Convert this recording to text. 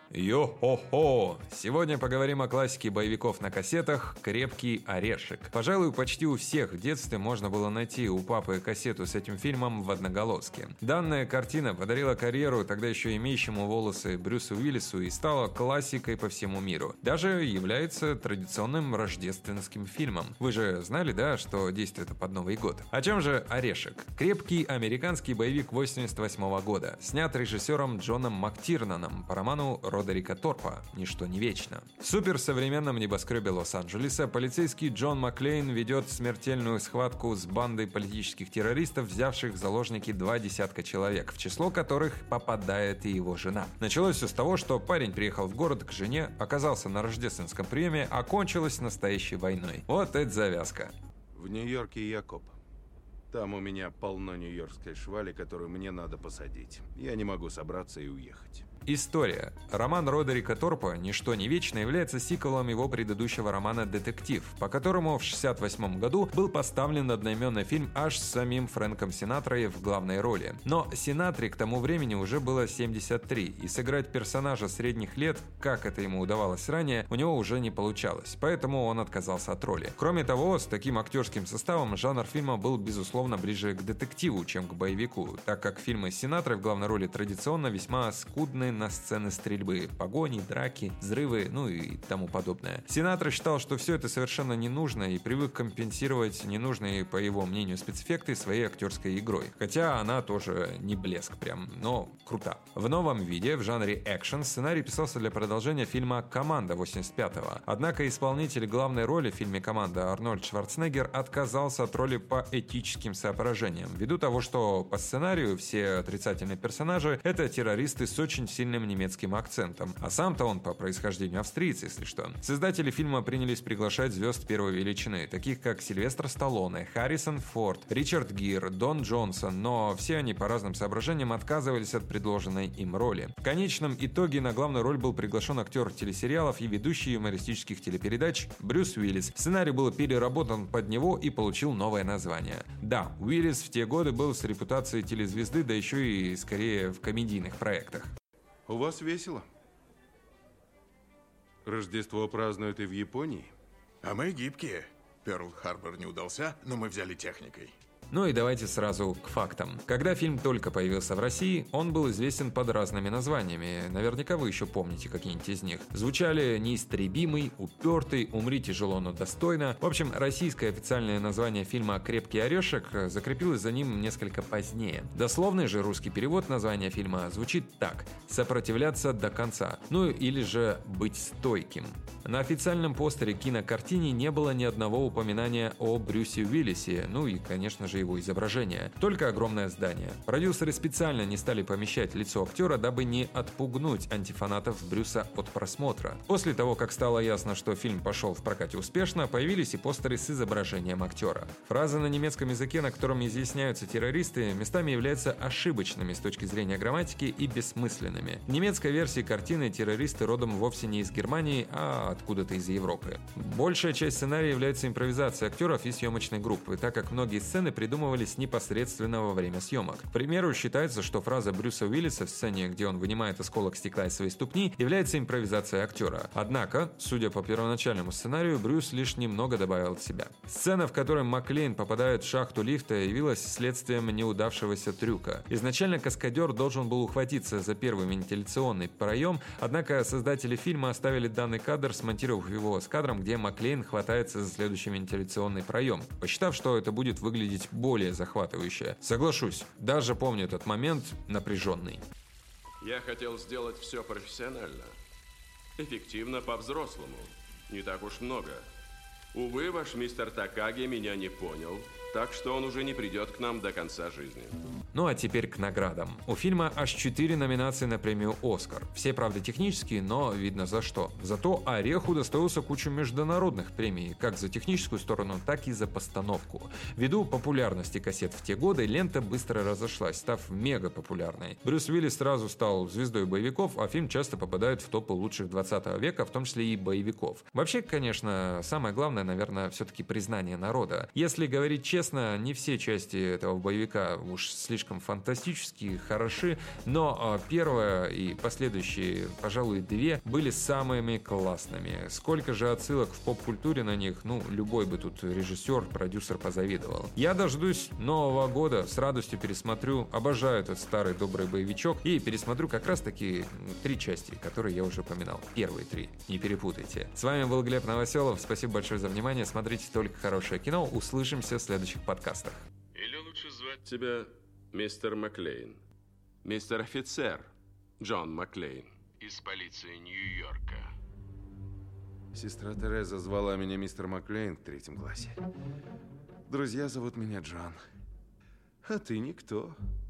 Йо-хо-хо! Сегодня поговорим о классике боевиков на кассетах «Крепкий орешек». Пожалуй, почти у всех в детстве можно было найти у папы кассету с этим фильмом в одноголоске. Данная картина подарила карьеру тогда еще имеющему волосы Брюсу Уиллису и стала классикой по всему миру. Даже является традиционным рождественским фильмом. Вы же знали, да, что действует под Новый год? О чем же «Орешек»? Крепкий американский боевик 1988 года, снят режиссером Джоном Мактирнаном по роману Родерика Торпа «Ничто не вечно». В суперсовременном небоскребе Лос-Анджелеса полицейский Джон Маклейн ведет смертельную схватку с бандой политических террористов, взявших в заложники 20 человек, в число которых попадает и его жена. Началось все с того, что парень приехал в город к жене, оказался на рождественском приеме, а кончилось настоящей войной. Вот это завязка. В Нью-Йорке я коп. Там у меня полно нью-йоркской швали, которую мне надо посадить. Я не могу собраться и уехать. История. Роман Родерика Торпа «Ничто не вечно» является сиквелом его предыдущего романа «Детектив», по которому в 1968 году был поставлен одноименный фильм аж с самим Фрэнком Синатрой в главной роли. Но Синатре к тому времени уже было 73, и сыграть персонажа средних лет, как это ему удавалось ранее, у него уже не получалось, поэтому он отказался от роли. Кроме того, с таким актерским составом жанр фильма был безусловно ближе к детективу, чем к боевику, так как фильмы Синатры в главной роли традиционно весьма скудны на сцены стрельбы, погони, драки, взрывы, ну и тому подобное. Синатра считал, что все это совершенно не нужно и привык компенсировать ненужные, по его мнению, спецэффекты своей актерской игрой. Хотя она тоже не блеск прям, но крута. В новом виде, в жанре экшен, сценарий писался для продолжения фильма «Команда» 85-го. Однако исполнитель главной роли в фильме «Команда» Арнольд Шварценеггер отказался от роли по этическим соображениям, ввиду того, что по сценарию все отрицательные персонажи — это террористы с очень сильным немецким акцентом, а сам-то он по происхождению австриец, если что. Создатели фильма принялись приглашать звезд первой величины, таких как Сильвестр Сталлоне, Харрисон Форд, Ричард Гир, Дон Джонсон, но все они по разным соображениям отказывались от предложенной им роли. В конечном итоге на главную роль был приглашен актер телесериалов и ведущий юмористических телепередач Брюс Уиллис. Сценарий был переработан под него и получил новое название. Да, Уиллис в те годы был с репутацией телезвезды, да еще и скорее в комедийных проектах. У вас весело? Рождество празднуют и в Японии? А мы гибкие. Перл-Харбор не удался, но мы взяли техникой. Ну и давайте сразу к фактам. Когда фильм только появился в России, он был известен под разными названиями. Наверняка вы еще помните какие-нибудь из них. Звучали «Неистребимый», «Упертый», «Умри тяжело, но достойно». В общем, российское официальное название фильма «Крепкий орешек» закрепилось за ним несколько позднее. Дословный же русский перевод названия фильма звучит так: «Сопротивляться до конца». Ну или же «Быть стойким». На официальном постере кинокартине не было ни одного упоминания о Брюсе Уиллисе, ну и, конечно же, его изображение. Только огромное здание. Продюсеры специально не стали помещать лицо актера, дабы не отпугнуть антифанатов Брюса от просмотра. После того, как стало ясно, что фильм пошел в прокате успешно, появились и постеры с изображением актера. Фразы на немецком языке, на котором изъясняются террористы, местами являются ошибочными с точки зрения грамматики и бессмысленными. В немецкой версии картины террористы родом вовсе не из Германии, а откуда-то из Европы. Большая часть сценария является импровизацией актеров и съемочной группы, так как многие сцены придумывались непосредственно во время съемок. К примеру, считается, что фраза Брюса Уиллиса в сцене, где он вынимает осколок стекла из своей ступни, является импровизацией актера. Однако, судя по первоначальному сценарию, Брюс лишь немного добавил от себя. Сцена, в которой Маклейн попадает в шахту лифта, явилась следствием неудавшегося трюка. Изначально каскадер должен был ухватиться за первый вентиляционный проем, однако создатели фильма оставили данный кадр, смонтировав его с кадром, где Маклейн хватается за следующий вентиляционный проем, посчитав, что это будет выглядеть более захватывающе. Соглашусь, даже помню этот момент напряженный. Я хотел сделать все профессионально. Эффективно по-взрослому. Не так уж много. Увы, ваш мистер Такаги меня не понял, так что он уже не придет к нам до конца жизни. Ну а теперь к наградам. У фильма аж 4 номинации на премию «Оскар». Все, правда, технические, но видно за что. Зато «Орех» удостоился кучу международных премий, как за техническую сторону, так и за постановку. Ввиду популярности кассет в те годы, лента быстро разошлась, став мега популярной. Брюс Уиллис сразу стал звездой боевиков, а фильм часто попадает в топы лучших 20 века, в том числе и боевиков. Вообще, конечно, самое главное, наверное, все-таки признание народа. Если говорить честно, честно, не все части этого боевика уж слишком фантастические, хороши, но первая и последующие, пожалуй, две были самыми классными. Сколько же отсылок в поп-культуре на них, ну, любой бы тут режиссер, продюсер позавидовал. Я дождусь Нового года, с радостью пересмотрю, обожаю этот старый добрый боевичок и пересмотрю как раз-таки 3 части, которые я уже упоминал. Первые 3, не перепутайте. С вами был Глеб Новоселов, спасибо большое за внимание, смотрите только хорошее кино, услышимся в следующих подкастах. Или лучше звать тебя мистер Маклейн. Мистер офицер Джон Маклейн из полиции Нью-Йорка. Сестра Тереза звала меня мистер Маклейн в 3 классе. Друзья зовут меня Джон. А ты никто.